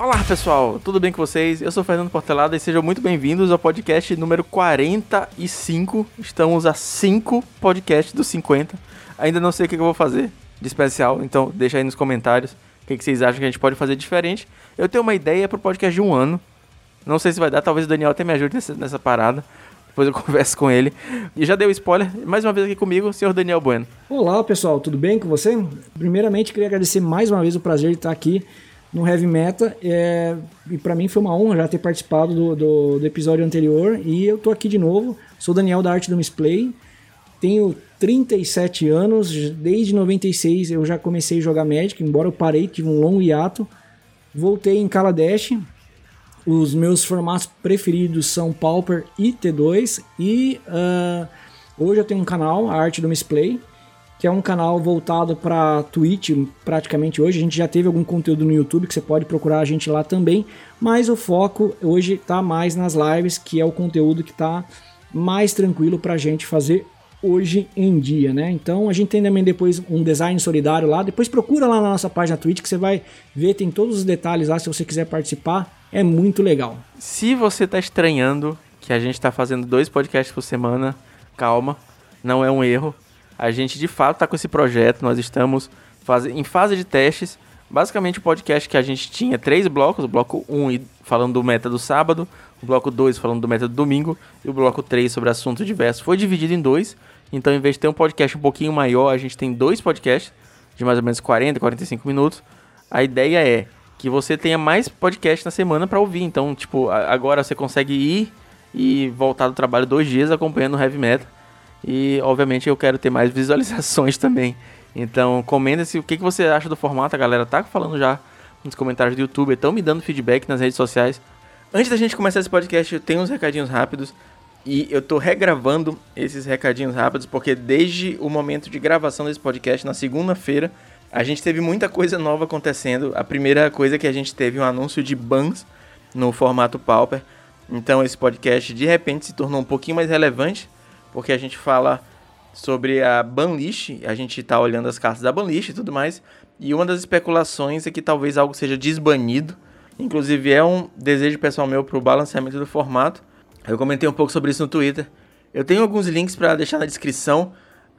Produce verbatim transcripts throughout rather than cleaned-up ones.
Olá pessoal, tudo bem com vocês? Eu sou o Fernando Portelada e sejam muito bem-vindos ao podcast número quarenta e cinco. Estamos a cinco podcasts dos cinquenta. Ainda não sei o que eu vou fazer de especial, então deixa aí nos comentários o que vocês acham que a gente pode fazer diferente. Eu tenho uma ideia para o podcast de um ano. Não sei se vai dar, talvez o Daniel até me ajude nessa, nessa parada. Depois eu converso com ele. E já deu spoiler, mais uma vez aqui comigo, o senhor Daniel Bueno. Olá pessoal, tudo bem com você? Primeiramente queria agradecer mais uma vez o prazer de estar aqui no Heavy Meta, é, e para mim foi uma honra já ter participado do, do, do episódio anterior, e eu tô aqui de novo. Sou Daniel da Arte do Misplay, tenho trinta e sete anos, desde noventa e seis eu já comecei a jogar Magic, embora eu parei, tive um longo hiato, voltei em Kaladesh. Os meus formatos preferidos são Pauper e T dois, e uh, hoje eu tenho um canal, a Arte do Misplay, que é um canal voltado para Twitch praticamente hoje. A gente já teve algum conteúdo no YouTube que você pode procurar a gente lá também, mas o foco hoje está mais nas lives, que é o conteúdo que está mais tranquilo para a gente fazer hoje em dia, né? Então a gente tem também depois um design solidário lá, depois procura lá na nossa página Twitch que você vai ver, tem todos os detalhes lá se você quiser participar, é muito legal. Se você está estranhando que a gente está fazendo dois podcasts por semana, calma, não é um erro. A gente de fato está com esse projeto, nós estamos faz... em fase de testes. Basicamente o podcast que a gente tinha três blocos, o bloco um falando do meta do sábado, o bloco dois falando do meta do domingo e o bloco três sobre assuntos diversos. Foi dividido em dois, então em vez de ter um podcast um pouquinho maior, a gente tem dois podcasts de mais ou menos quarenta, quarenta e cinco minutos. A ideia é que você tenha mais podcasts na semana para ouvir, então tipo, agora você consegue ir e voltar do trabalho dois dias acompanhando o Heavy Meta. E, obviamente, eu quero ter mais visualizações também. Então, comenta-se o que, que você acha do formato. A galera tá falando já nos comentários do YouTube. Estão me dando feedback nas redes sociais. Antes da gente começar esse podcast, eu tenho uns recadinhos rápidos. E eu tô regravando esses recadinhos rápidos, porque desde o momento de gravação desse podcast, na segunda-feira, a gente teve muita coisa nova acontecendo. A primeira coisa é que a gente teve um anúncio de bans no formato Pauper. Então, esse podcast, de repente, se tornou um pouquinho mais relevante, porque a gente fala sobre a banlist, a gente tá olhando as cartas da banlist e tudo mais, e uma das especulações é que talvez algo seja desbanido, inclusive é um desejo pessoal meu pro balanceamento do formato. Eu comentei um pouco sobre isso no Twitter. Eu tenho alguns links para deixar na descrição.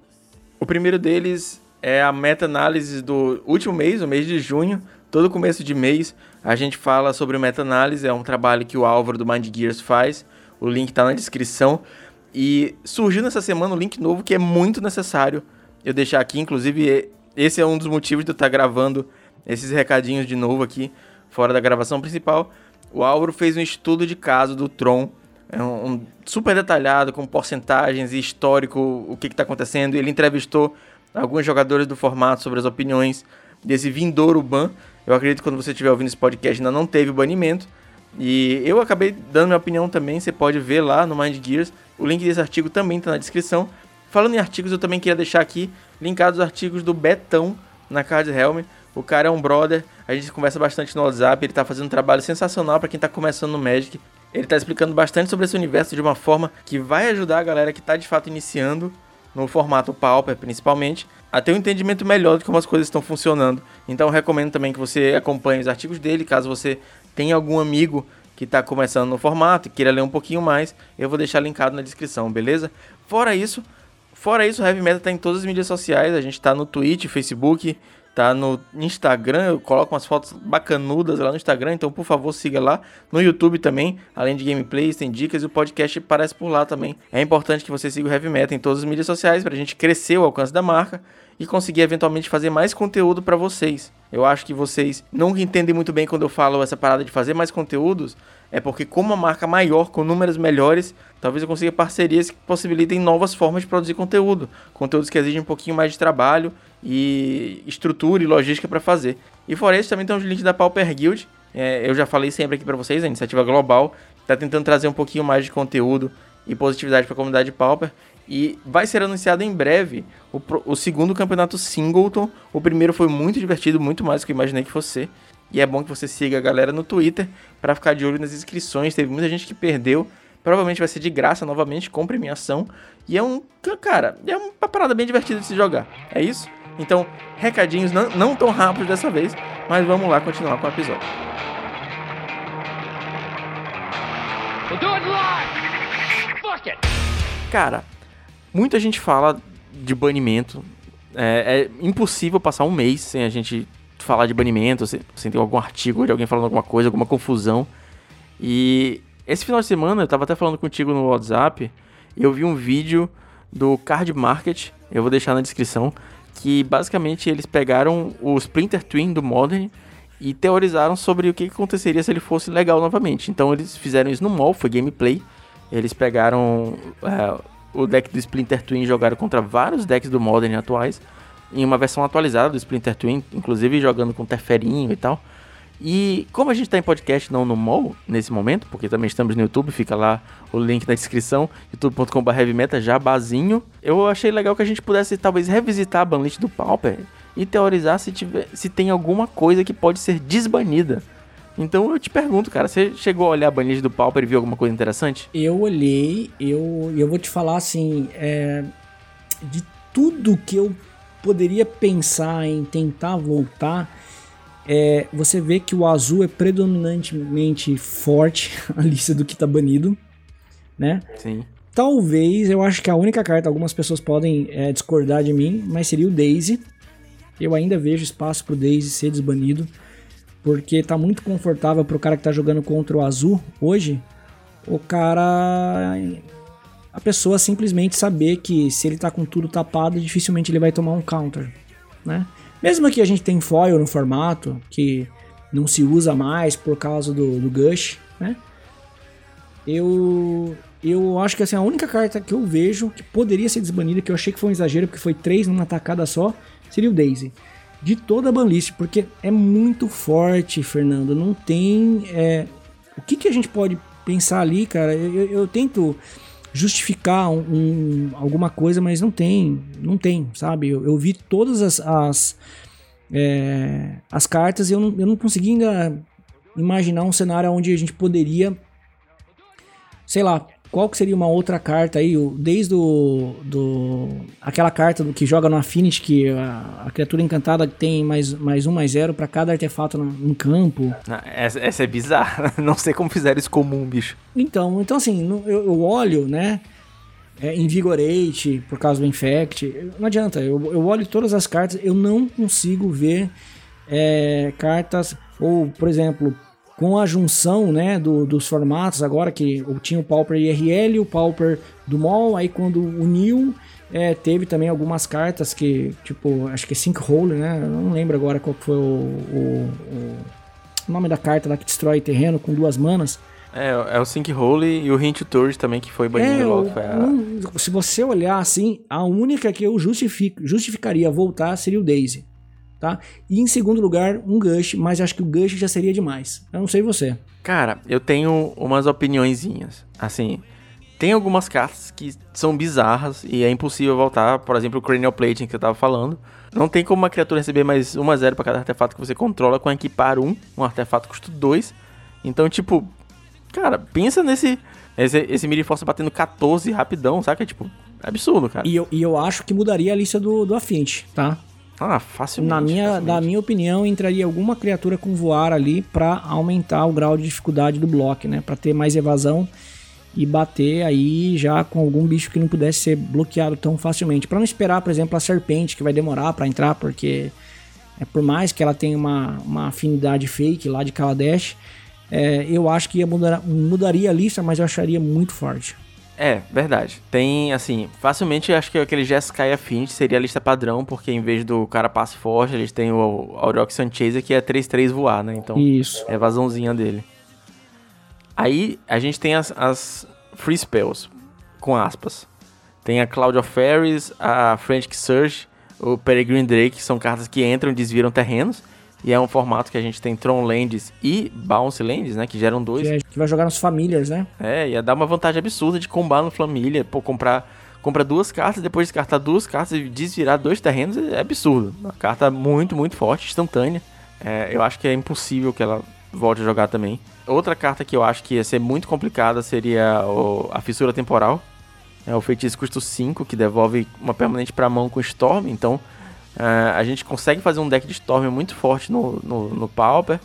O primeiro deles é a meta-análise do último mês, o mês de junho, todo começo de mês a gente fala sobre o meta-análise, é um trabalho que o Álvaro do Mind Gears faz, o link tá na descrição. E surgiu nessa semana um link novo que é muito necessário eu deixar aqui. Inclusive, esse é um dos motivos de eu estar gravando esses recadinhos de novo aqui, fora da gravação principal. O Álvaro fez um estudo de caso do Tron, é um, um super detalhado, com porcentagens e histórico, o que está acontecendo. Ele entrevistou alguns jogadores do formato sobre as opiniões desse vindouro ban. Eu acredito que quando você estiver ouvindo esse podcast ainda não teve o banimento. E eu acabei dando minha opinião também, você pode ver lá no Mind Gears. O link desse artigo também está na descrição. Falando em artigos, eu também queria deixar aqui linkados os artigos do Betão na Card Helm. O cara é um brother, a gente conversa bastante no WhatsApp, ele está fazendo um trabalho sensacional para quem está começando no Magic. Ele está explicando bastante sobre esse universo de uma forma que vai ajudar a galera que está de fato iniciando, no formato Pauper principalmente, a ter um entendimento melhor de como as coisas estão funcionando. Então eu recomendo também que você acompanhe os artigos dele, caso você tenha algum amigo que está começando no formato e queira ler um pouquinho mais, eu vou deixar linkado na descrição, beleza? Fora isso, fora isso, o Heavy Meta está em todas as mídias sociais, a gente está no Twitch, Facebook, tá no Instagram, eu coloco umas fotos bacanudas lá no Instagram, então por favor siga lá, no YouTube também, além de gameplays, tem dicas e o podcast aparece por lá também. É importante que você siga o Heavy Meta em todas as mídias sociais para a gente crescer o alcance da marca e conseguir eventualmente fazer mais conteúdo para vocês. Eu acho que vocês nunca entendem muito bem quando eu falo essa parada de fazer mais conteúdos, é porque como uma marca maior, com números melhores, talvez eu consiga parcerias que possibilitem novas formas de produzir conteúdo. Conteúdos que exigem um pouquinho mais de trabalho e estrutura e logística para fazer. E fora isso, também tem os links da Pauper Guild. É, eu já falei sempre aqui para vocês, a iniciativa global está tentando trazer um pouquinho mais de conteúdo e positividade para a comunidade Pauper. E vai ser anunciado em breve o, o segundo campeonato Singleton. O primeiro foi muito divertido, muito mais do que eu imaginei que fosse. E é bom que você siga a galera no Twitter para ficar de olho nas inscrições. Teve muita gente que perdeu. Provavelmente vai ser de graça novamente, com premiação. E é um... Cara, é uma parada bem divertida de se jogar. É isso? Então, recadinhos não, não tão rápidos dessa vez. Mas vamos lá continuar com o episódio. We'll do it live. Fuck it. Cara, muita gente fala de banimento. É, é impossível passar um mês sem a gente falar de banimento, sem, sem ter algum artigo de alguém falando alguma coisa, alguma confusão. E esse final de semana, eu tava até falando contigo no WhatsApp, e eu vi um vídeo do Card Market, eu vou deixar na descrição, que basicamente eles pegaram o Splinter Twin do Modern e teorizaram sobre o que aconteceria se ele fosse legal novamente. Então eles fizeram isso no mall, foi gameplay. Eles pegaram é, o deck do Splinter Twin e jogaram contra vários decks do Modern atuais, em uma versão atualizada do Splinter Twin, inclusive jogando com Teferinho e tal. E como a gente tá em podcast, não no mall, nesse momento, porque também estamos no YouTube, fica lá o link na descrição, youtube ponto com barra heavymeta, jabazinho. Eu achei legal que a gente pudesse talvez revisitar a banlist do Pauper e teorizar se, tiver, se tem alguma coisa que pode ser desbanida. Então eu te pergunto, cara, você chegou a olhar a banlist do Pauper e viu alguma coisa interessante? Eu olhei, eu, eu vou te falar assim, é, de tudo que eu poderia pensar em tentar voltar, é, você vê que o azul é predominantemente forte a lista do que tá banido, né? Sim. Talvez, eu acho que a única carta, algumas pessoas podem é, discordar de mim, mas seria o Daisy. Eu ainda vejo espaço pro Daisy ser desbanido, porque tá muito confortável pro cara que tá jogando contra o azul hoje, o cara... a pessoa simplesmente saber que se ele tá com tudo tapado, dificilmente ele vai tomar um counter, né? Mesmo que a gente tem foil no formato, que não se usa mais por causa do, do Gush, né? Eu, eu acho que assim, a única carta que eu vejo que poderia ser desbanida, que eu achei que foi um exagero, porque foi três numa tacada só, seria o Daisy. De toda a banlist, porque é muito forte, Fernando. Não tem... É... O que, que a gente pode pensar ali, cara? Eu, eu, eu tento justificar um, um, alguma coisa, mas não tem, não tem, sabe? Eu, eu vi todas as as, é, as cartas e eu não, eu não consegui ainda imaginar um cenário onde a gente poderia, sei lá, qual que seria uma outra carta aí, desde o, do, aquela carta do que joga no Affinity, que a, a criatura encantada tem mais, mais um, mais zero pra cada artefato no, em campo. Essa, essa é bizarra, não sei como fizeram isso comum, bicho. Então, então assim, eu, eu olho, né, é, Invigorate, por causa do Infect, não adianta, eu, eu olho todas as cartas, eu não consigo ver é, cartas, ou, por exemplo... com a junção, né, do, dos formatos agora, que tinha o Pauper I R L, o Pauper do Mall, aí quando uniu, é, teve também algumas cartas que, tipo, acho que é Sinkhole, né, eu não lembro agora qual foi o, o, o nome da carta lá que destrói terreno com duas manas. É, é o Sinkhole e o Hint Tours também, que foi banido é, logo. Foi a... um, se você olhar assim, a única que eu justifico, justificaria voltar seria o Daisy. Tá? E em segundo lugar, um Gush, mas acho que o Gush já seria demais. Eu não sei você. Cara, eu tenho umas opiniõezinhas. Assim, tem algumas cartas que são bizarras e é impossível voltar. Por exemplo, o Cranial Plating que eu tava falando. Não tem como uma criatura receber mais um a zero pra cada artefato que você controla com equipar um. Um artefato custa dois. Então, tipo, cara, pensa nesse... Esse, esse Miri Force batendo quatorze rapidão, saca? Tipo, é absurdo, cara. E eu, e eu acho que mudaria a lista do, do Affinity, tá? Ah, facilmente. Na minha, facilmente. Na minha opinião, entraria alguma criatura com voar ali pra aumentar o grau de dificuldade do bloco, né? Pra ter mais evasão e bater aí já com algum bicho que não pudesse ser bloqueado tão facilmente. Pra não esperar, por exemplo, a Serpente, que vai demorar pra entrar, porque é, por mais que ela tenha uma, uma afinidade fake lá de Kaladesh, é, eu acho que ia mudar, mudaria a lista, mas eu acharia muito forte. É, verdade. Tem, assim, facilmente acho que aquele Jeskai Affinity seria a lista padrão, porque em vez do cara passe forte, eles têm o Auroch Sunchaser, que é três três voar, né? Então, isso. É a evasãozinha dele. Aí, a gente tem as, as Free Spells, com aspas. Tem a Cloud of Fairies, a Frantic Surge, o Peregrine Drake, que são cartas que entram e desviram terrenos. E é um formato que a gente tem Tron Lands e Bounce Lands, né? Que geram dois. Que, é, que vai jogar nos Familiars, né? É, ia dar uma vantagem absurda de combar no Família. Pô, comprar, comprar duas cartas, depois descartar duas cartas e desvirar dois terrenos é absurdo. Uma carta muito, muito forte, instantânea. É, eu acho que é impossível que ela volte a jogar também. Outra carta que eu acho que ia ser muito complicada seria o, a Fissura Temporal. É o feitiço custo cinco, que devolve uma permanente pra mão com Storm, então... Uh, a gente consegue fazer um deck de Storm muito forte no, no, no Pauper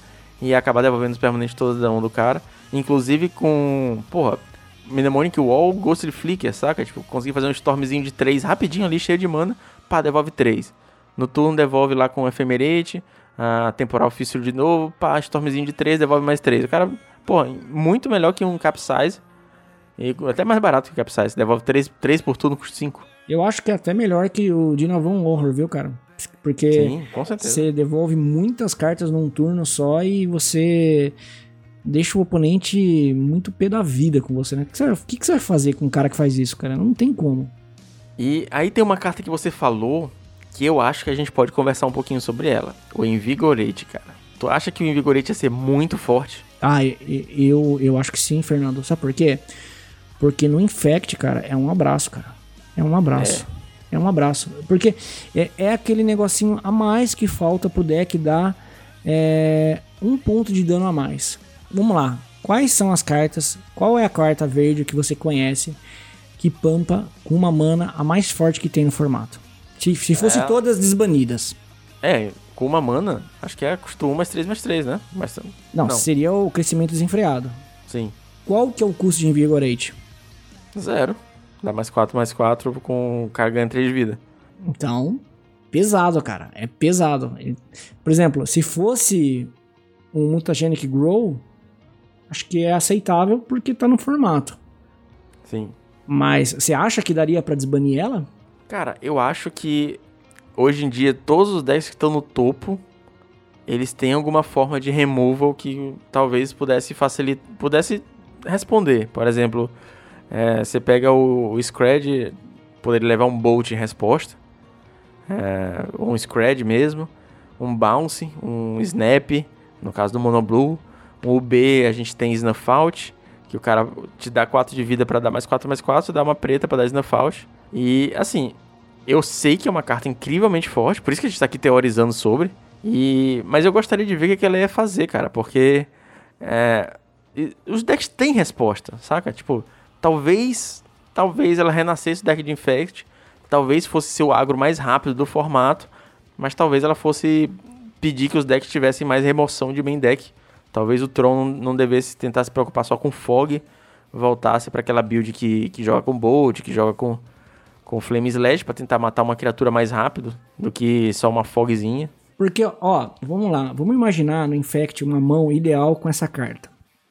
e acabar devolvendo os permanentes todos da mão do cara. Inclusive com, porra, Mnemonic Wall, Ghost Flicker, saca? Tipo, consegui fazer um Stormzinho de três rapidinho ali, cheio de mana, pá, devolve três. No turno devolve lá com Ephemerate, a Temporal Fissure de novo, pá, Stormzinho de três, devolve mais três. O cara, pô, muito melhor que um Capsize, e até mais barato que o Capsize, devolve três por turno, custa cinco. Eu acho que é até melhor que o Dinavan Horror, viu, cara? Porque sim, com certeza. Você devolve muitas cartas num turno só e você deixa o oponente muito pé da vida com você, né? O que você, que que você vai fazer com um cara que faz isso, cara? Não tem como. E aí tem uma carta que você falou que eu acho que a gente pode conversar um pouquinho sobre ela. O Invigorate, cara. Tu acha que o Invigorate ia ser muito forte? Ah, eu, eu acho que sim, Fernando. Sabe por quê? Porque no Infect, cara, é um abraço, cara. É um abraço. É, é um abraço. Porque é, é aquele negocinho a mais que falta pro deck dar é, um ponto de dano a mais. Vamos lá. Quais são as cartas? Qual é a carta verde que você conhece que pampa com uma mana a mais forte que tem no formato? Se, se fosse é. todas desbanidas. É, com uma mana, acho que é custo um mais três mais três, né? Mas, não, não, seria o crescimento desenfreado. Sim. Qual que é o custo de Invigorate? Zero. Dá mais quatro, mais quatro com carga em três de vida. Então, pesado, cara. É pesado. Por exemplo, se fosse um Mutagenic Grow, acho que é aceitável porque tá no formato. Sim. Mas você acha que daria pra desbanir ela? Cara, eu acho que hoje em dia todos os decks que estão no topo, eles têm alguma forma de removal que talvez pudesse facilitar, pudesse responder. Por exemplo, é, você pega o, o Scred, poderia levar um Bolt em resposta, é, um Scred mesmo, um Bounce, um Snap, no caso do Mono Blue, um U B a gente tem Snuff Out, que o cara te dá quatro de vida pra dar mais quatro, mais quatro, dá uma preta pra dar Snuff Out. E, assim, eu sei que é uma carta incrivelmente forte, por isso que a gente tá aqui teorizando sobre, e... mas eu gostaria de ver o que ela ia fazer, cara, porque é... os decks têm resposta, saca? Tipo, talvez, talvez ela renascesse o deck de Infect, talvez fosse ser o agro mais rápido do formato, mas talvez ela fosse pedir que os decks tivessem mais remoção de main deck. Talvez o Tron não devesse tentar se preocupar só com Fog, voltasse para aquela build que, que joga com Bolt, que joga com, com Flame Slash, para tentar matar uma criatura mais rápido do que só uma Fogzinha. Porque, ó, vamos lá, vamos imaginar no Infect uma mão ideal com essa carta.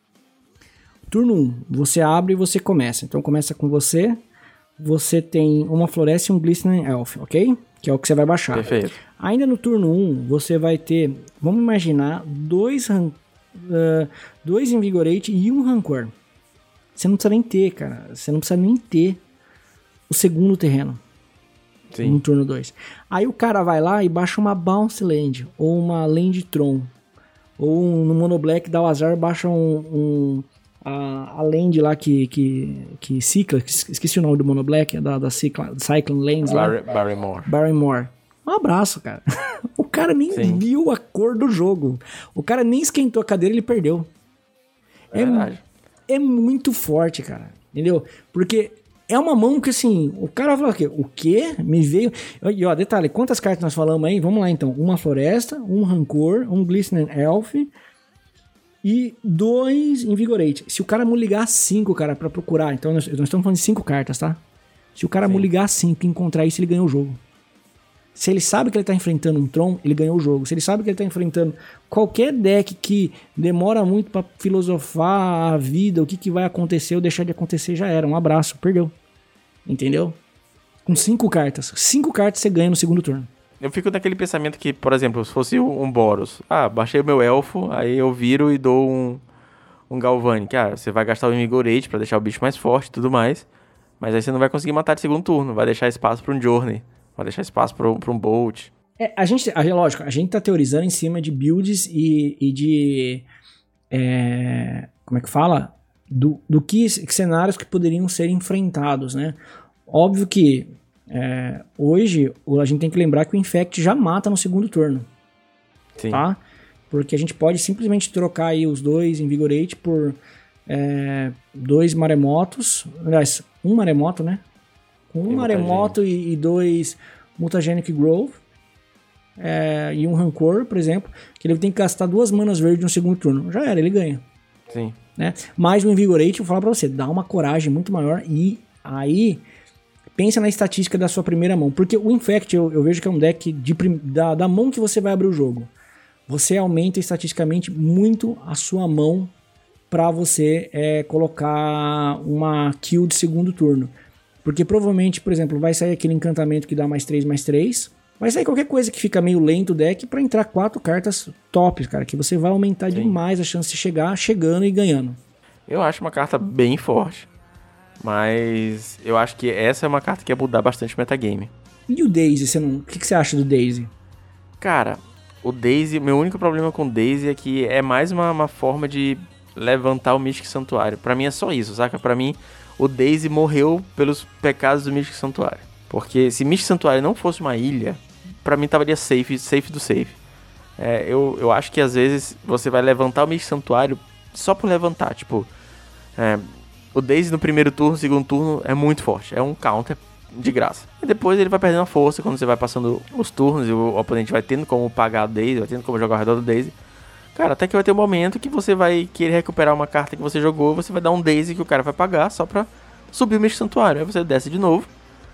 Turno um, você abre e você começa. Então começa com você, você tem uma Floresta e um Glistening Elf, ok? Que é o que você vai baixar. Perfeito. Ainda no turno um, você vai ter, vamos imaginar, dois Rancor. Uh, dois Invigorate e um Rancor. Você não precisa nem ter, cara. Você não precisa nem ter o segundo terreno. Sim. No turno dois. Aí o cara vai lá e baixa uma Bounce Land, ou uma Land Tron, ou um, no Mono Black dá o azar, baixa um, um a, a Land lá que, que, que cicla, esqueci o nome do Mono Black, da, da Cyclone Lands lá. Barrymore. Barrymore. Um abraço, cara. O cara nem Sim. viu a cor do jogo. O cara nem esquentou a cadeira e ele perdeu. É, é, é muito forte, cara. Entendeu? Porque é uma mão que, assim, o cara fala aqui, o quê? Me veio... E, ó, detalhe, quantas cartas nós falamos aí? Vamos lá, então. Uma Floresta, um Rancor, um Glistening Elf e dois Invigorate. Se o cara muligar cinco, cara, pra procurar... Então, nós, nós estamos falando de cinco cartas, tá? Se o cara Sim. muligar cinco e encontrar isso, ele ganhou o jogo. Se ele sabe que ele está enfrentando um Tron, ele ganhou o jogo. Se ele sabe que ele está enfrentando qualquer deck que demora muito para filosofar a vida, o que, que vai acontecer ou deixar de acontecer, já era. Um abraço, perdeu. Entendeu? Com cinco cartas. Cinco cartas você ganha no segundo turno. Eu fico naquele pensamento que, por exemplo, se fosse um Boros. Ah, baixei o meu Elfo, aí eu viro e dou um, um Galvanic. Ah, você vai gastar o Invigorate para deixar o bicho mais forte e tudo mais. Mas aí você não vai conseguir matar de segundo turno. Vai deixar espaço para um Journey. Vai deixar espaço para um Bolt. É, a gente, a, lógico, a gente tá teorizando em cima de builds e, e de... É, como é que fala? Do, do que, que cenários que poderiam ser enfrentados, né? Óbvio que é, hoje a gente tem que lembrar que o Infect já mata no segundo turno. Sim. Tá? Porque a gente pode simplesmente trocar aí os dois Invigorate por é, dois Maremotos. Aliás, um Maremoto, né? Com um Maremoto e, e dois Mutagenic Grove. é, e um Rancor, por exemplo, que ele tem que gastar duas manas verdes no segundo turno. Já era, ele ganha. Sim. Né? Mais um Invigorate, vou falar pra você, dá uma coragem muito maior e aí pensa na estatística da sua primeira mão, porque o Infect eu, eu vejo que é um deck de prim, da, da mão que você vai abrir o jogo. Você aumenta estatisticamente muito a sua mão para você é, colocar uma kill de segundo turno. Porque provavelmente, por exemplo, vai sair aquele encantamento que dá mais três, mais três. Vai sair qualquer coisa que fica meio lento o deck para entrar quatro cartas tops, cara. Que você vai aumentar Sim. demais a chance de chegar, chegando e ganhando. Eu acho uma carta bem forte. Mas eu acho que essa é uma carta que ia mudar bastante o metagame. E o Daisy, você não... o que, que você acha do Daisy? Cara, o Daisy... Meu único problema com o Daisy é que é mais uma, uma forma de levantar o Mystic Santuário. Pra mim é só isso, saca? Pra mim... O Daisy morreu pelos pecados do Mystic Santuário. Porque se Mystic Santuário não fosse uma ilha, pra mim estaria safe, safe do safe. É, eu, eu acho que às vezes você vai levantar o Mystic Santuário só por levantar. Tipo, é, o Daisy no primeiro turno, segundo turno é muito forte. É um counter de graça. E depois ele vai perdendo a força quando você vai passando os turnos e o oponente vai tendo como pagar o Daisy, vai tendo como jogar ao redor do Daisy. Cara, até que vai ter um momento que você vai querer recuperar uma carta que você jogou, você vai dar um Daisy que o cara vai pagar só pra subir o Mystic Santuário. Aí você desce de novo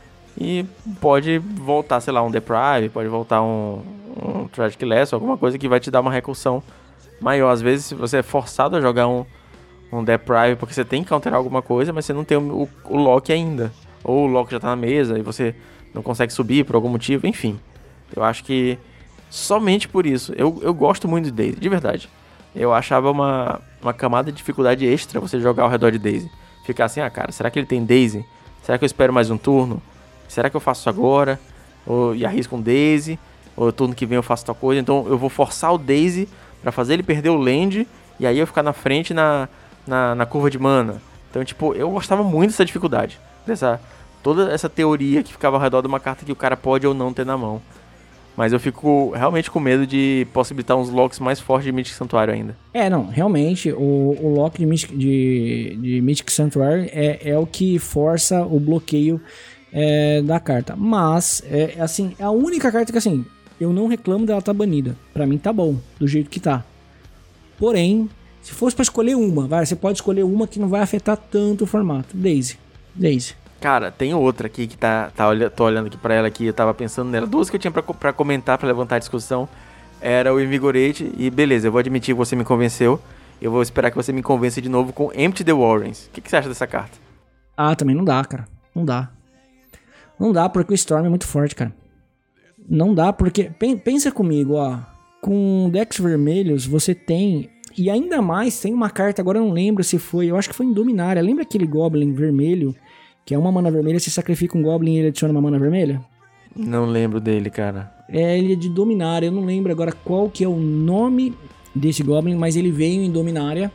e pode voltar, sei lá, um Deprive, pode voltar um, um Tragic Lasso, alguma coisa que vai te dar uma recursão maior. Às vezes você é forçado a jogar um, um Deprive porque você tem que counterar alguma coisa, mas você não tem o, o, o lock ainda. Ou o lock já tá na mesa e você não consegue subir por algum motivo, enfim. Eu acho que somente por isso. Eu, eu gosto muito de Daisy, de verdade. Eu achava uma, uma camada de dificuldade extra você jogar ao redor de Daisy. Ficar assim, ah cara, será que ele tem Daisy? Será que eu espero mais um turno? Será que eu faço isso agora? Ou, e arrisco um Daisy? Ou turno que vem eu faço tal coisa? Então eu vou forçar o Daisy pra fazer ele perder o land. E aí eu ficar na frente na, na, na curva de mana. Então tipo, eu gostava muito dessa dificuldade. Dessa, toda essa teoria que ficava ao redor de uma carta que o cara pode ou não ter na mão. Mas eu fico realmente com medo de possibilitar uns locks mais fortes de Mystic Santuário ainda. É, não, realmente, o, o lock de Mystic, de, de Mystic Santuário é, é o que força o bloqueio é, da carta. Mas, é assim, é a única carta que, assim, eu não reclamo dela tá banida. Pra mim tá bom, do jeito que tá. Porém, se fosse pra escolher uma, vai, você pode escolher uma que não vai afetar tanto o formato. Daisy. Daisy. Cara, tem outra aqui que tá, tá olha, tô olhando aqui pra ela aqui, eu tava pensando nela. Duas que eu tinha pra, pra comentar, pra levantar a discussão. Era o Invigorate e beleza, eu vou admitir que você me convenceu. Eu vou esperar que você me convença de novo com Empty the Warrens. O que, que você acha dessa carta? Ah, também não dá, cara. Não dá. Não dá porque o Storm é muito forte, cara. Não dá porque... Pensa comigo, ó. Com decks vermelhos você tem... E ainda mais tem uma carta, agora eu não lembro se foi... Eu acho que foi em Dominária. Lembra aquele Goblin vermelho... Que é uma mana vermelha, você sacrifica um Goblin e ele adiciona uma mana vermelha? Não lembro dele, cara. É, ele é de Dominária, eu não lembro agora qual que é o nome desse Goblin, mas ele veio em Dominária.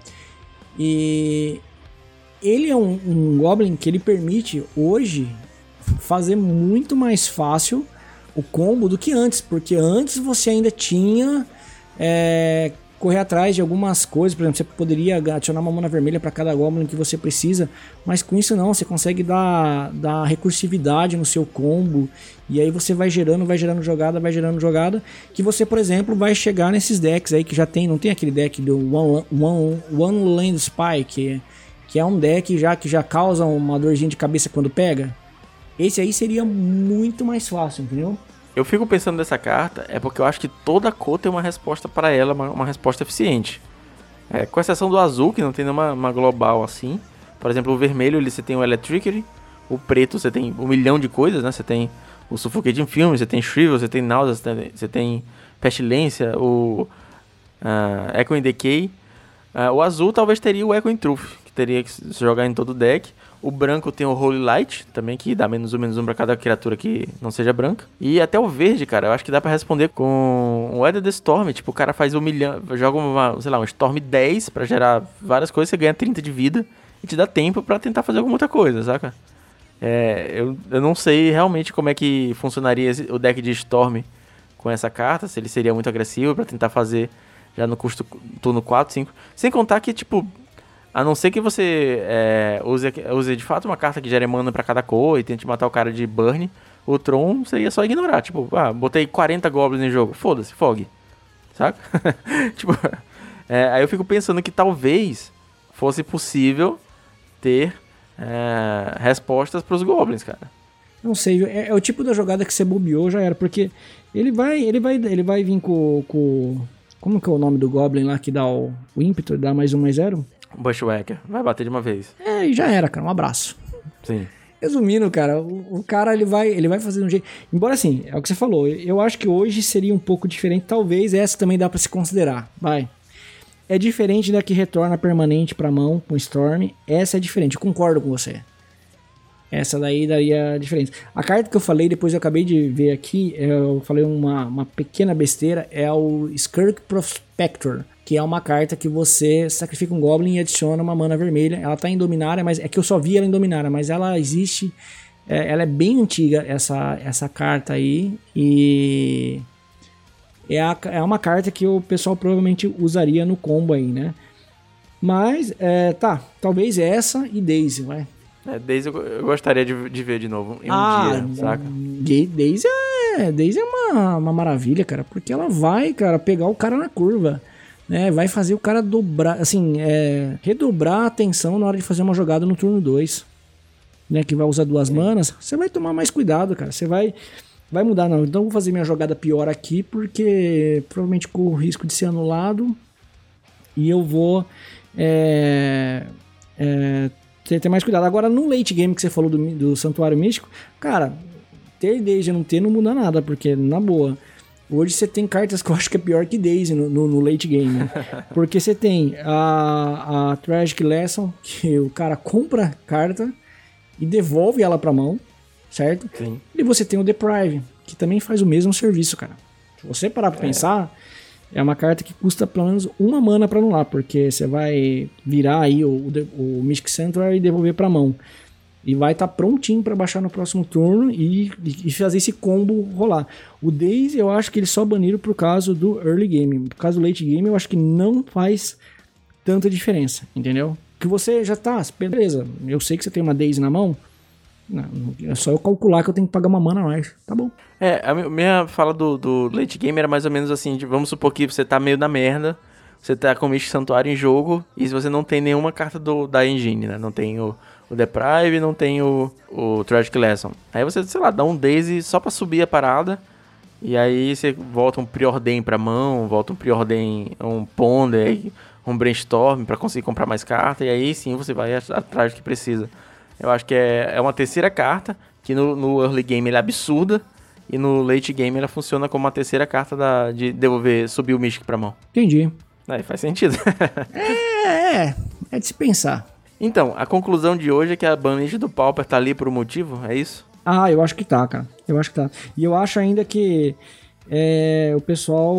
E ele é um, um Goblin que ele permite, hoje, fazer muito mais fácil o combo do que antes. Porque antes você ainda tinha... É, correr atrás de algumas coisas, por exemplo, você poderia adicionar uma mana vermelha para cada Goblin que você precisa, mas com isso não, você consegue dar, dar recursividade no seu combo, e aí você vai gerando, vai gerando jogada, vai gerando jogada, que você, por exemplo, vai chegar nesses decks aí que já tem, não tem aquele deck do One, One, One Land Spy, que, que é um deck já, que já causa uma dorzinha de cabeça quando pega? Esse aí seria muito mais fácil, entendeu? Eu fico pensando nessa carta, é porque eu acho que toda cor tem uma resposta para ela, uma, uma resposta eficiente. É, com exceção do azul, que não tem nenhuma uma global assim. Por exemplo, o vermelho, ele, você tem o Electricity. O preto, você tem um milhão de coisas, né? Você tem o Suffocating Fume, você tem Shrivel, você tem Náusea, você tem, você tem Pestilência, o uh, Echoing Decay. Uh, o azul talvez teria o Echoing Truth, que teria que se jogar em todo o deck. O branco tem o Holy Light, também, que dá menos um, menos um pra cada criatura que não seja branca. E até o verde, cara, eu acho que dá pra responder com o Weather the Storm. Tipo, o cara faz um milhão, joga uma, sei lá, um Storm dez pra gerar várias coisas, você ganha trinta de vida e te dá tempo pra tentar fazer alguma outra coisa, saca? É, eu, eu não sei realmente como é que funcionaria esse, o deck de Storm com essa carta, se ele seria muito agressivo pra tentar fazer já no custo turno quatro, cinco. Sem contar que, tipo... A não ser que você é, use, use de fato uma carta que gere mana pra cada cor e tente matar o cara de burn. o Tron você ia só ignorar. Tipo, ah, botei quarenta goblins em jogo. Foda-se, Fog. Saca? Tipo, é, aí eu fico pensando que talvez fosse possível ter é, respostas pros goblins, cara. Não sei, é, é o tipo da jogada que você bobeou, já era, porque ele vai, ele vai, ele vai vir com, com... Como que é o nome do Goblin lá que dá o, o ímpeto, dá mais um, mais zero? Bushwhacker, vai bater de uma vez. É, e já era, cara, um abraço. Sim. Resumindo, cara, o, o cara ele vai, ele vai fazer de um jeito... Embora assim, é o que você falou, eu acho que hoje seria um pouco diferente, talvez essa também dá pra se considerar, vai. É diferente da que retorna permanente pra mão com Storm, essa é diferente, eu concordo com você. Essa daí daria diferença. A carta que eu falei, depois eu acabei de ver aqui, eu falei uma, uma pequena besteira, é o Skirk Prospector, que é uma carta que você sacrifica um Goblin e adiciona uma mana vermelha. Ela tá em Dominária, mas é que eu só vi ela em Dominária, mas ela existe, é, ela é bem antiga, essa, essa carta aí, e é, a, é uma carta que o pessoal provavelmente usaria no combo aí, né? Mas, é, tá, talvez essa e Daisy, vai. É, Daisy eu, eu gostaria de, de ver de novo em um ah, dia, saca? Daisy é, Daisy é uma, uma maravilha, cara, porque ela vai, cara, pegar o cara na curva, né? Vai fazer o cara dobrar, assim, é, redobrar a atenção na hora de fazer uma jogada no turno dois, né? Que vai usar duas Sim. manas, você vai tomar mais cuidado, cara, você vai, vai mudar, não, então eu vou fazer minha jogada pior aqui, porque provavelmente corro o risco de ser anulado, e eu vou, é... é Ter, ter mais cuidado. Agora, no late game que você falou do, do Santuário Místico, cara, ter Daisy e não ter não muda nada, porque, na boa, hoje você tem cartas que eu acho que é pior que Daisy no, no, no late game. Porque você tem a, a Tragic Lesson, que o cara compra carta e devolve ela pra mão, certo? Sim. E você tem o Deprive, que também faz o mesmo serviço, cara. Se você parar pra é. pensar... É uma carta que custa pelo menos uma mana pra anular, porque você vai virar aí o, o, o Mystic Sanctuary e devolver pra mão. E vai estar tá prontinho pra baixar no próximo turno e, e fazer esse combo rolar. O Daisy eu acho que eles só baniram por causa do early game. Por causa do late game eu acho que não faz tanta diferença, entendeu? Que você já tá, beleza, eu sei que você tem uma Daisy na mão, não, é só eu calcular que eu tenho que pagar uma mana a mais, tá bom. É, a minha fala do, do late game era mais ou menos assim, de, vamos supor que você tá meio na merda, você tá com o Mystic Santuário em jogo, e se você não tem nenhuma carta do, da engine, né, não tem o, o Deprive, não tem o, o Tragic Lesson. Aí você, sei lá, dá um Daisy só pra subir a parada, e aí você volta um Preordain pra mão, volta um Preordain, um Ponder, um Brainstorm pra conseguir comprar mais carta, e aí sim você vai atrás do que precisa. Eu acho que é, é uma terceira carta, que no, no early game ela é absurda, e no late game ela funciona como uma terceira carta da, de devolver, subir o Mystic pra mão. Entendi. Aí faz sentido. é, é, é de se pensar. Então, a conclusão de hoje é que a banlist do Pauper tá ali por um motivo, é isso? Ah, eu acho que tá, cara. Eu acho que tá. E eu acho ainda que é, o pessoal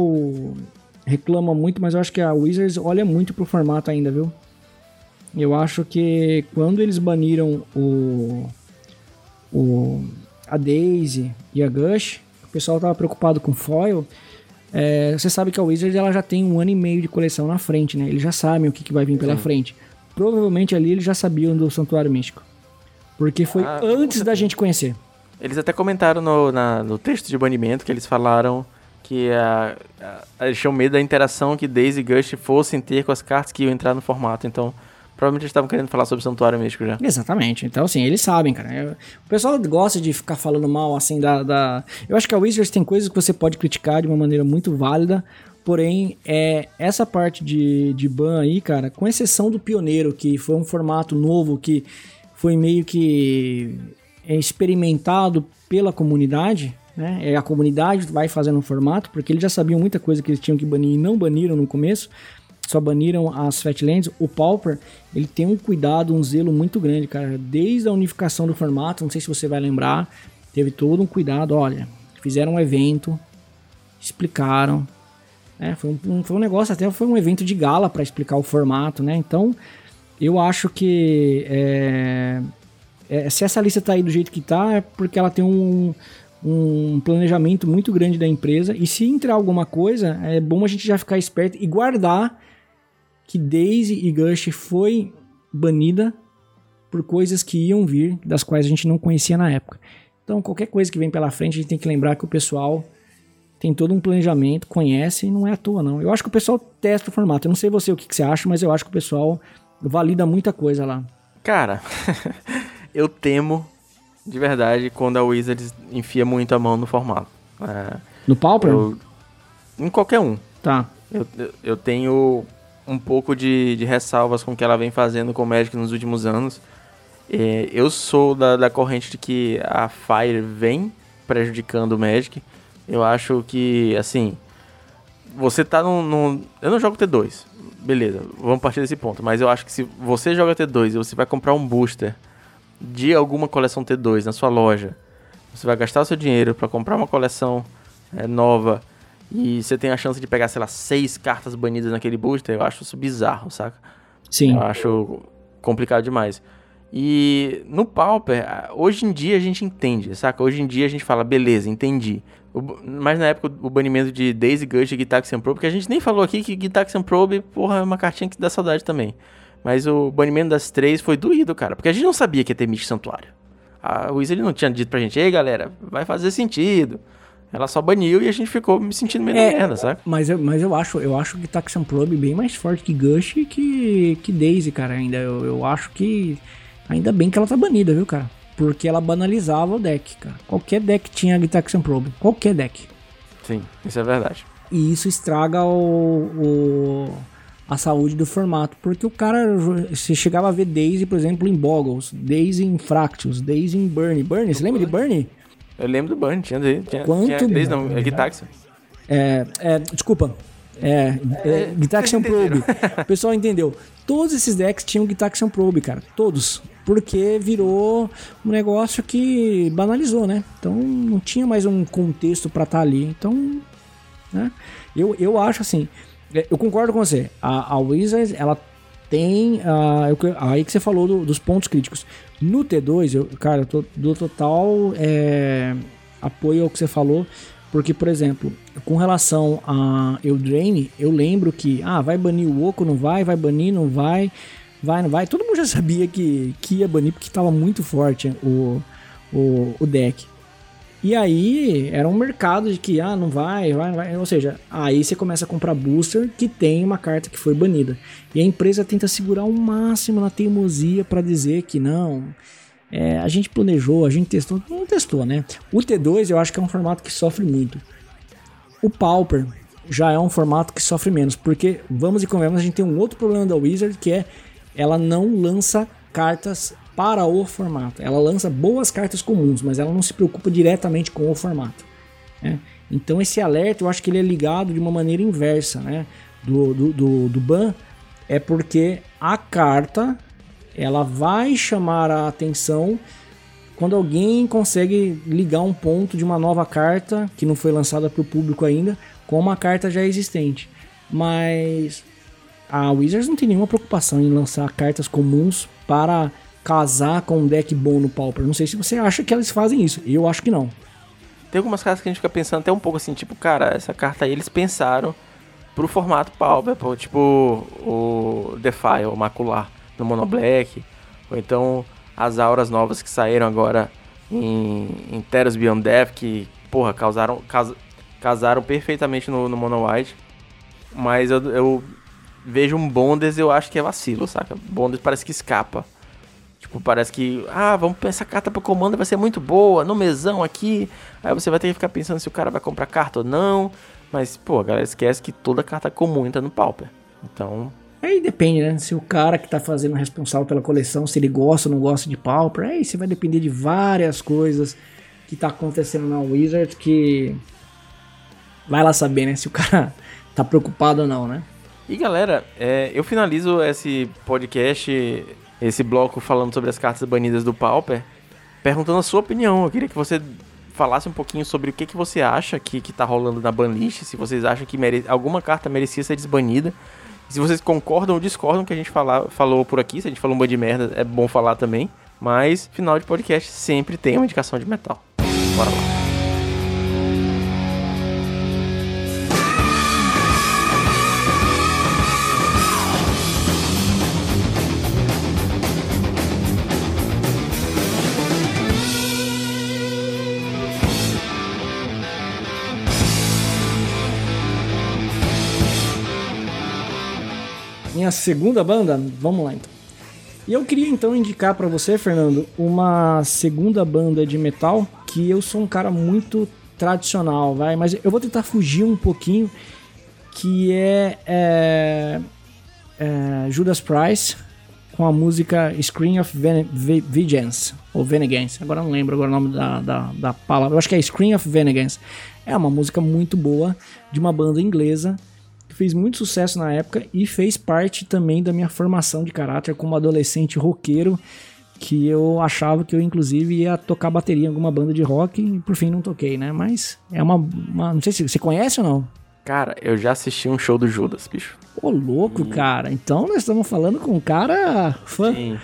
reclama muito, mas eu acho que a Wizards olha muito pro formato ainda, viu? Eu acho que quando eles baniram o, o, a Daisy e a Gush, o pessoal tava preocupado com foil. É, você sabe que a Wizards ela já tem um ano e meio de coleção na frente, né? Eles já sabem o que, que vai vir pela Sim. frente. Provavelmente ali eles já sabiam do Santuário Místico. Porque foi ah, antes da gente conhecer. Eles até comentaram no, na, no texto de banimento que eles falaram que a, a, eles tinham medo da interação que Daisy e Gush fossem ter com as cartas que iam entrar no formato. Então... provavelmente eles estavam querendo falar sobre o Santuário Místico já. Exatamente. Então, assim, eles sabem, cara. O pessoal gosta de ficar falando mal, assim, da... da... Eu acho que a Wizards tem coisas que você pode criticar de uma maneira muito válida, porém, é, essa parte de, de ban aí, cara, com exceção do Pioneiro, que foi um formato novo, que foi meio que experimentado pela comunidade, né? É, a comunidade vai fazendo um formato, porque eles já sabiam muita coisa que eles tinham que banir e não baniram no começo, só baniram as Fatlands. O Pauper, ele tem um cuidado, um zelo muito grande, cara. Desde a unificação do formato, não sei se você vai lembrar, teve todo um cuidado. Olha, fizeram um evento, explicaram, né? Foi um, foi um negócio, até foi um evento de gala para explicar o formato, né? Então, eu acho que é, é, se essa lista tá aí do jeito que tá, é porque ela tem um, um planejamento muito grande da empresa. E se entrar alguma coisa, é bom a gente já ficar esperto e guardar que Daisy e Gush foi banida por coisas que iam vir, das quais a gente não conhecia na época. Então, qualquer coisa que vem pela frente, a gente tem que lembrar que o pessoal tem todo um planejamento, conhece e não é à toa, não. Eu acho que o pessoal testa o formato. Eu não sei você o que, que você acha, mas eu acho que o pessoal valida muita coisa lá. Cara, eu temo, de verdade, quando a Wizards enfia muito a mão no formato. É, no Pauper? Eu, em qualquer um. Tá. Eu, eu tenho um pouco de, de ressalvas com o que ela vem fazendo com o Magic nos últimos anos. É, eu sou da, da corrente de que a Fire vem prejudicando o Magic. Eu acho que, assim, você tá num, num... Eu não jogo T dois, beleza, vamos partir desse ponto. Mas eu acho que se você joga T dois e você vai comprar um booster de alguma coleção T dois na sua loja, você vai gastar o seu dinheiro pra comprar uma coleção é, nova e você tem a chance de pegar, sei lá, seis cartas banidas naquele booster, eu acho isso bizarro, saca? Sim. Eu acho complicado demais. E no Pauper, hoje em dia a gente entende, saca? Hoje em dia a gente fala, beleza, entendi. O, mas na época o banimento de Daisy, Gush e Gitaxian Probe, porque a gente nem falou aqui que Gitaxian Probe, porra, é uma cartinha que dá saudade também. Mas o banimento das três foi doído, cara, porque a gente não sabia que ia ter Mística Santuário. A Wizard não tinha dito pra gente, ei galera, vai fazer sentido. Ela só baniu e a gente ficou me sentindo meio é, na merda, saca? Mas eu, mas eu acho, eu acho que Gitaxian Probe bem mais forte que Gush e que, que Daisy, cara, ainda. Eu, eu acho que... Ainda bem que ela tá banida, viu, cara? Porque ela banalizava o deck, cara. Qualquer deck tinha Gitaxian Probe. Qualquer deck. Sim, isso é verdade. E isso estraga o, o, a saúde do formato. Porque o cara... Você chegava a ver Daisy, por exemplo, em Boggles. Daisy em Fractus. Daisy em Burn. Burn, você lembra de Burn? Eu lembro do Burn. Tinha, tinha, Quanto? tinha Daisy, não. É Gitaxian. É, é, desculpa. É, é Gitaxian Probe. O pessoal entendeu. Todos esses decks tinham Gitaxian Probe, cara. Todos. Porque virou um negócio que banalizou, né? Então não tinha mais um contexto pra estar ali. Então, né? Eu, eu acho assim, eu concordo com você. A, a Wizards, ela tem uh, aí que você falou do, dos pontos críticos. No T dois, eu, cara, eu tô, dou total é, apoio ao que você falou. Porque, por exemplo, com relação a Eldraine, eu lembro que, ah, vai banir o Oco, não vai, vai banir, não vai, vai, não vai. Todo mundo já sabia que, que ia banir, porque estava muito forte o, o, o deck. E aí, era um mercado de que, ah, não vai, vai, vai. Ou seja, aí você começa a comprar booster que tem uma carta que foi banida. E a empresa tenta segurar o máximo na teimosia para dizer que não... É, a gente planejou, a gente testou, não testou, né? O T dois eu acho que é um formato que sofre muito. O Pauper já é um formato que sofre menos, porque, vamos e convenhamos, a gente tem um outro problema da Wizard, que é ela não lança cartas para o formato. Ela lança boas cartas comuns, mas ela não se preocupa diretamente com o formato, né? Então esse alerta eu acho que ele é ligado de uma maneira inversa, né? Do, do, do, do ban, é porque a carta... ela vai chamar a atenção quando alguém consegue ligar um ponto de uma nova carta que não foi lançada para o público ainda com uma carta já existente. Mas a Wizards não tem nenhuma preocupação em lançar cartas comuns para casar com um deck bom no Pauper. Não sei se você acha que eles fazem isso. Eu acho que não. Tem algumas cartas que a gente fica pensando até um pouco assim, tipo, cara, essa carta aí eles pensaram pro formato Pauper, tipo o Defile, o Macular no Mono Black, ou então as auras novas que saíram agora em, em Teros Beyond Death, que, porra, causaram, cas, casaram perfeitamente no, no Mono White, mas eu, eu vejo um Bonders, eu acho que é vacilo, saca? Bonders parece que escapa, tipo, parece que, ah, vamos essa carta pro comando vai ser muito boa, no mesão aqui, aí você vai ter que ficar pensando se o cara vai comprar carta ou não, mas, pô, a galera esquece que toda carta comum entra no Pauper, então... Aí depende, né? Se o cara que tá fazendo responsável pela coleção, se ele gosta ou não gosta de Pauper, aí você vai depender de várias coisas que tá acontecendo na Wizard, que vai lá saber, né? Se o cara tá preocupado ou não, né? E galera, é, eu finalizo esse podcast, esse bloco falando sobre as cartas banidas do Pauper, perguntando a sua opinião. Eu queria que você falasse um pouquinho sobre o que, que você acha que, que tá rolando na banlist, se vocês acham que mere... alguma carta merecia ser desbanida. Se vocês concordam ou discordam que a gente fala, falou por aqui, se a gente falou um monte de merda, é bom falar também. Mas, final de podcast, sempre tem uma indicação de metal. Bora lá. minha segunda banda, vamos lá então. E eu queria então indicar pra você, Fernando, uma segunda banda de metal, que eu sou um cara muito tradicional, vai, mas eu vou tentar fugir um pouquinho, que é, é, é Judas Priest, com a música Scream of Ven- Ve- Vengeance, ou Vengeance, agora eu não lembro agora o nome da, da, da palavra, eu acho que é Scream of Vengeance. É uma música muito boa, de uma banda inglesa, que fez muito sucesso na época e fez parte também da minha formação de caráter como adolescente roqueiro, que eu achava que eu inclusive ia tocar bateria em alguma banda de rock e por fim não toquei, né? Mas é uma, uma não sei se você conhece ou não. Cara, eu já assisti um show do Judas, bicho. Ô, louco, e... cara. Então nós estamos falando com um cara fã. Sim.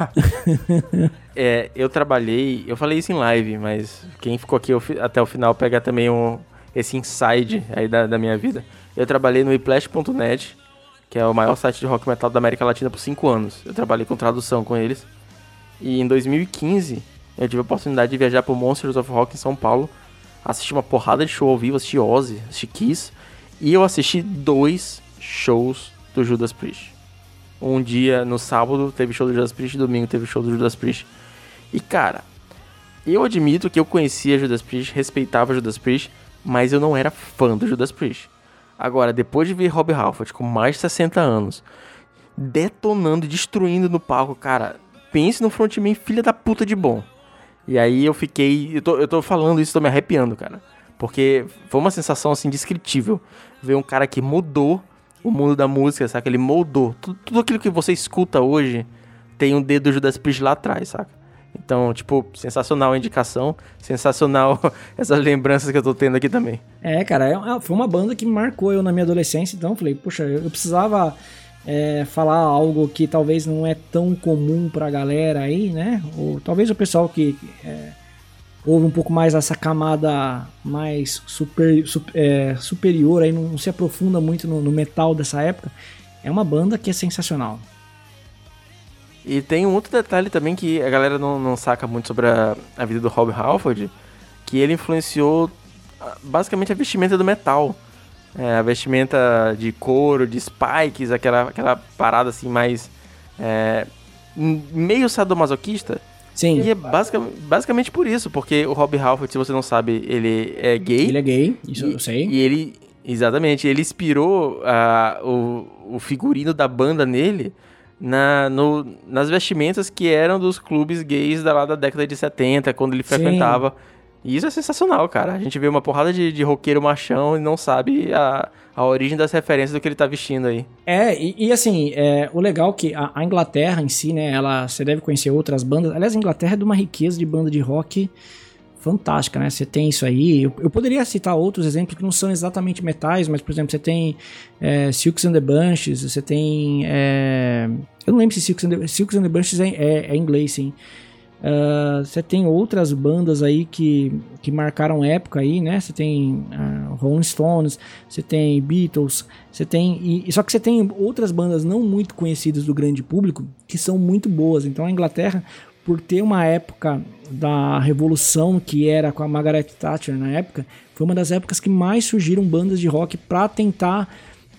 é, eu trabalhei... Eu falei isso em live, mas quem ficou aqui até o final pega também um, esse inside aí da, da minha vida. Eu trabalhei no whiplash ponto net, que é o maior site de rock metal da América Latina por cinco anos. Eu trabalhei com tradução com eles. E em dois mil e quinze, eu tive a oportunidade de viajar pro Monsters of Rock em São Paulo. Assisti uma porrada de show ao vivo, assisti Ozzy, assisti Kiss... E eu assisti dois shows do Judas Priest. Um dia, no sábado, teve show do Judas Priest, domingo teve show do Judas Priest. E, cara, eu admito que eu conhecia Judas Priest, respeitava Judas Priest, mas eu não era fã do Judas Priest. Agora, depois de ver Rob Halford com mais de sessenta anos, detonando e destruindo no palco, cara, pense no frontman filha da puta de bom. E aí eu fiquei... Eu tô, eu tô falando isso, tô me arrepiando, cara. Porque foi uma sensação, assim, indescritível. Ver um cara que mudou o mundo da música, saca? Ele moldou. Tudo, tudo aquilo que você escuta hoje tem um dedo do Judas Priest lá atrás, saca? Então, tipo, sensacional a indicação. Sensacional essas lembranças que eu tô tendo aqui também. É, cara, é, foi uma banda que me marcou eu na minha adolescência. Então, eu falei, poxa, eu precisava é, falar algo que talvez não é tão comum pra galera aí, né? Ou talvez o pessoal que... É, houve um pouco mais essa camada mais super, super, é, superior, aí não se aprofunda muito no, no metal dessa época. É uma banda que é sensacional. E tem um outro detalhe também que a galera não, não saca muito sobre a, a vida do Rob Halford, que ele influenciou basicamente a vestimenta do metal. É, a vestimenta de couro, de spikes, aquela, aquela parada assim mais é, meio sadomasoquista. Sim. E é basicamente, basicamente por isso, porque o Rob Halford, se você não sabe, ele é gay. Ele é gay, isso e, eu sei. E ele, exatamente, ele inspirou uh, o, o figurino da banda nele na, no, nas vestimentas que eram dos clubes gays da, lá da década de setenta, quando ele frequentava. Sim. E isso é sensacional, cara. A gente vê uma porrada de, de roqueiro machão e não sabe a, a origem das referências do que ele tá vestindo aí. É, e, e assim, é, o legal é que a, a Inglaterra em si, né, ela, você deve conhecer outras bandas. Aliás, a Inglaterra é de uma riqueza de banda de rock fantástica, né? Você tem isso aí. Eu, eu poderia citar outros exemplos que não são exatamente metais, mas, por exemplo, você tem é, Silks and the Bunches, você tem... É, eu não lembro se Silks and the, Silks and the Bunches é, é, é inglês, sim. Uh, você tem outras bandas aí que, que marcaram época aí, né? Você tem uh, Rolling Stones, você tem Beatles, você tem... E, só que você tem outras bandas não muito conhecidas do grande público que são muito boas. Então a Inglaterra, por ter uma época da revolução que era com a Margaret Thatcher na época, foi uma das épocas que mais surgiram bandas de rock para tentar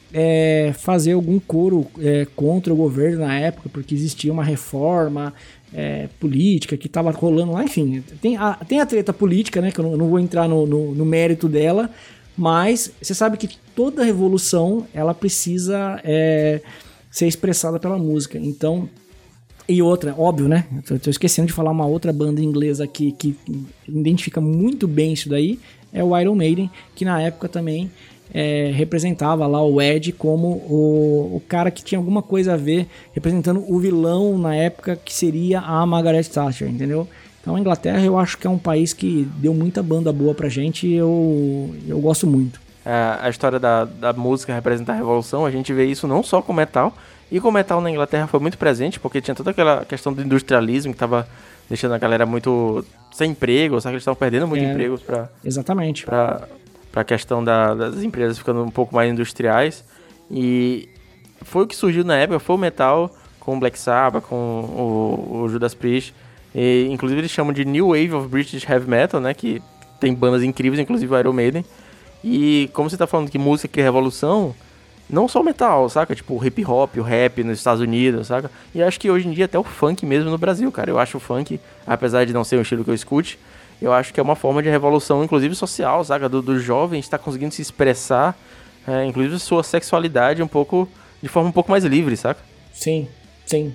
é, fazer algum coro é, contra o governo na época, porque existia uma reforma é, política que estava rolando lá, enfim, tem a, tem a treta política, né, que eu não, eu não vou entrar no, no, no mérito dela, mas você sabe que toda revolução ela precisa é, ser expressada pela música, então... E outra, óbvio, né? Eu tô esquecendo de falar uma outra banda inglesa aqui que identifica muito bem isso daí, é o Iron Maiden, que na época também é, representava lá o Ed como o, o cara que tinha alguma coisa a ver, representando o vilão na época que seria a Margaret Thatcher, entendeu? Então a Inglaterra eu acho que é um país que deu muita banda boa pra gente e eu, eu gosto muito. A, a história da, da música representar a revolução, a gente vê isso não só com metal. E com o metal na Inglaterra foi muito presente, porque tinha toda aquela questão do industrialismo que estava deixando a galera muito sem emprego, sabe que eles estavam perdendo muito é, empregos para exatamente para a questão da, das empresas ficando um pouco mais industriais. E foi o que surgiu na época, foi o metal com o Black Sabbath, com o, o Judas Priest. E, inclusive eles chamam de New Wave of British Heavy Metal, né, que tem bandas incríveis, inclusive o Iron Maiden. E como você está falando que música cria revolução... não só o metal, saca? Tipo o hip hop, o rap nos Estados Unidos, saca? E acho que hoje em dia até o funk mesmo no Brasil, cara. Eu acho o funk, apesar de não ser um estilo que eu escute, eu acho que é uma forma de revolução, inclusive social, saca? Do, do jovem estar conseguindo se expressar, é, inclusive sua sexualidade um pouco, de forma um pouco mais livre, saca? Sim, sim.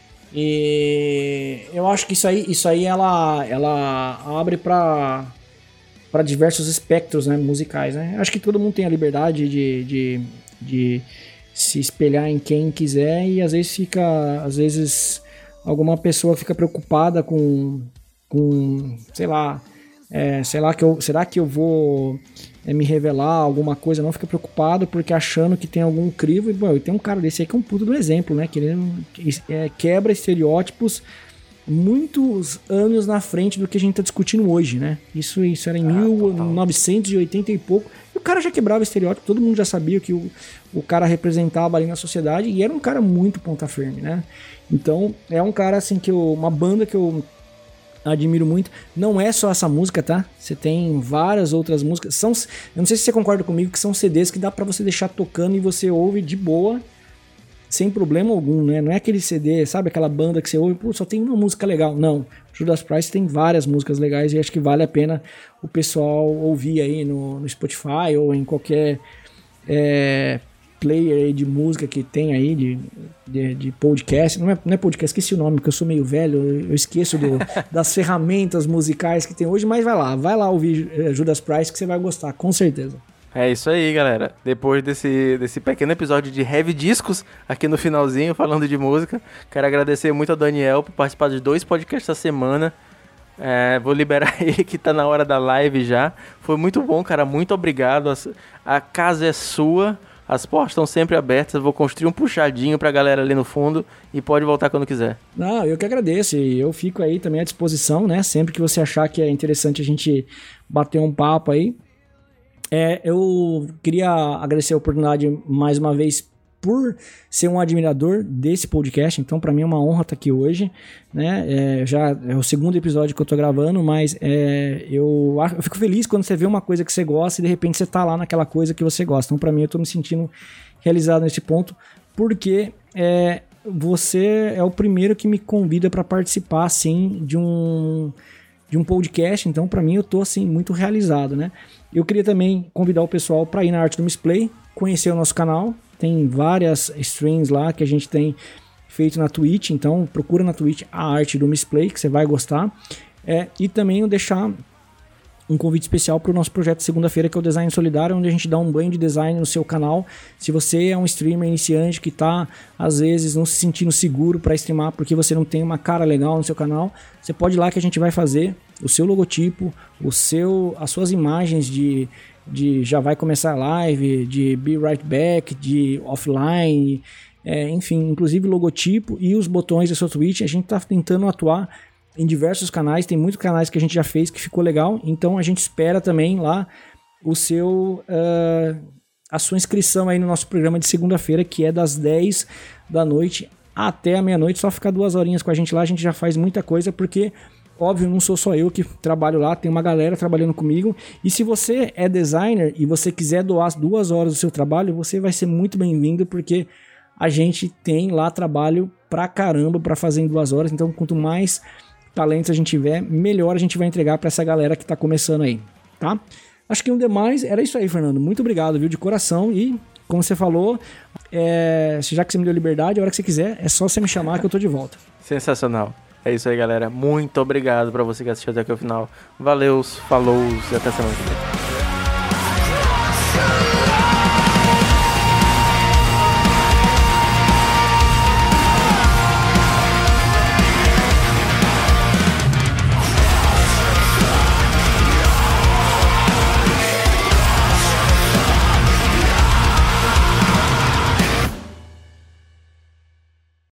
E eu acho que isso aí, isso aí ela, ela abre para para diversos espectros, né, musicais, né? Acho que todo mundo tem a liberdade de, de, de se espelhar em quem quiser e às vezes fica, às vezes alguma pessoa fica preocupada com, com sei lá, é, sei lá que eu, será que eu vou é, me revelar alguma coisa? Não fica preocupado porque achando que tem algum crivo. E bom, tem um cara desse aí que é um puto do exemplo, né? Que ele é, quebra estereótipos muitos anos na frente do que a gente tá discutindo hoje, né? Isso, isso era em ah, mil novecentos e oitenta e pouco. E o cara já quebrava estereótipo, todo mundo já sabia o que o, o cara representava ali na sociedade e era um cara muito ponta firme, né? Então, é um cara assim que eu, uma banda que eu admiro muito. Não é só essa música, tá? Você tem várias outras músicas. São, eu não sei se você concorda comigo que são C Ds que dá pra você deixar tocando e você ouve de boa, sem problema algum, né? Não é aquele C D, sabe? Aquela banda que você ouve, pô, só tem uma música legal. Não. Judas Priest tem várias músicas legais e acho que vale a pena o pessoal ouvir aí no, no Spotify ou em qualquer é, player aí de música que tem aí, de, de, de podcast. Não é, não é podcast, esqueci o nome, porque eu sou meio velho, eu esqueço do, das ferramentas musicais que tem hoje, mas vai lá, vai lá ouvir Judas Priest que você vai gostar, com certeza. É isso aí, galera. Depois desse, desse pequeno episódio de Heavy Discos, aqui no finalzinho, falando de música, quero agradecer muito ao Daniel por participar de dois podcasts essa semana. É, vou liberar ele que tá na hora da live já. Foi muito bom, cara. Muito obrigado. A, a casa é sua. As portas estão sempre abertas. Eu vou construir um puxadinho pra galera ali no fundo e pode voltar quando quiser. Não, eu que agradeço. E eu fico aí também à disposição, né? Sempre que você achar que é interessante a gente bater um papo aí. É, eu queria agradecer a oportunidade mais uma vez por ser um admirador desse podcast. Então, para mim é uma honra estar aqui hoje, né? É, já é o segundo episódio que eu tô gravando, mas é, eu, eu fico feliz quando você vê uma coisa que você gosta e de repente você tá lá naquela coisa que você gosta. Então, para mim, eu tô me sentindo realizado nesse ponto, porque é, você é o primeiro que me convida para participar, assim, de um, de um podcast. Então, para mim, eu tô, assim, muito realizado, né? Eu queria também convidar o pessoal para ir na Arte do Misplay, conhecer o nosso canal. Tem várias streams lá que a gente tem feito na Twitch, então procura na Twitch a Arte do Misplay, que você vai gostar. É, e também eu deixar um convite especial para o nosso projeto de segunda-feira, que é o Design Solidário, onde a gente dá um banho de design no seu canal. Se você é um streamer iniciante que está, às vezes, não se sentindo seguro para streamar porque você não tem uma cara legal no seu canal, você pode ir lá que a gente vai fazer o seu logotipo, o seu, as suas imagens de, de já vai começar a live, de be right back, de offline, é, enfim, inclusive logotipo e os botões da sua Twitch. A gente está tentando atuar em diversos canais, tem muitos canais que a gente já fez que ficou legal, então a gente espera também lá o seu, uh, a sua inscrição aí no nosso programa de segunda-feira, que é das dez da noite até a meia-noite. Só ficar duas horinhas com a gente lá, a gente já faz muita coisa, porque óbvio, não sou só eu que trabalho lá, tem uma galera trabalhando comigo. E se você é designer e você quiser doar as duas horas do seu trabalho, você vai ser muito bem-vindo, porque a gente tem lá trabalho pra caramba pra fazer em duas horas. Então, quanto mais talentos a gente tiver, melhor a gente vai entregar pra essa galera que tá começando aí, tá? Acho que um demais era isso aí, Fernando. Muito obrigado, viu, de coração. E, como você falou, é, já que você me deu liberdade, a hora que você quiser, é só você me chamar que eu tô de volta. Sensacional. É isso aí, galera. Muito obrigado pra você que assistiu até aqui ao final. Valeu, falou e até semana que vem.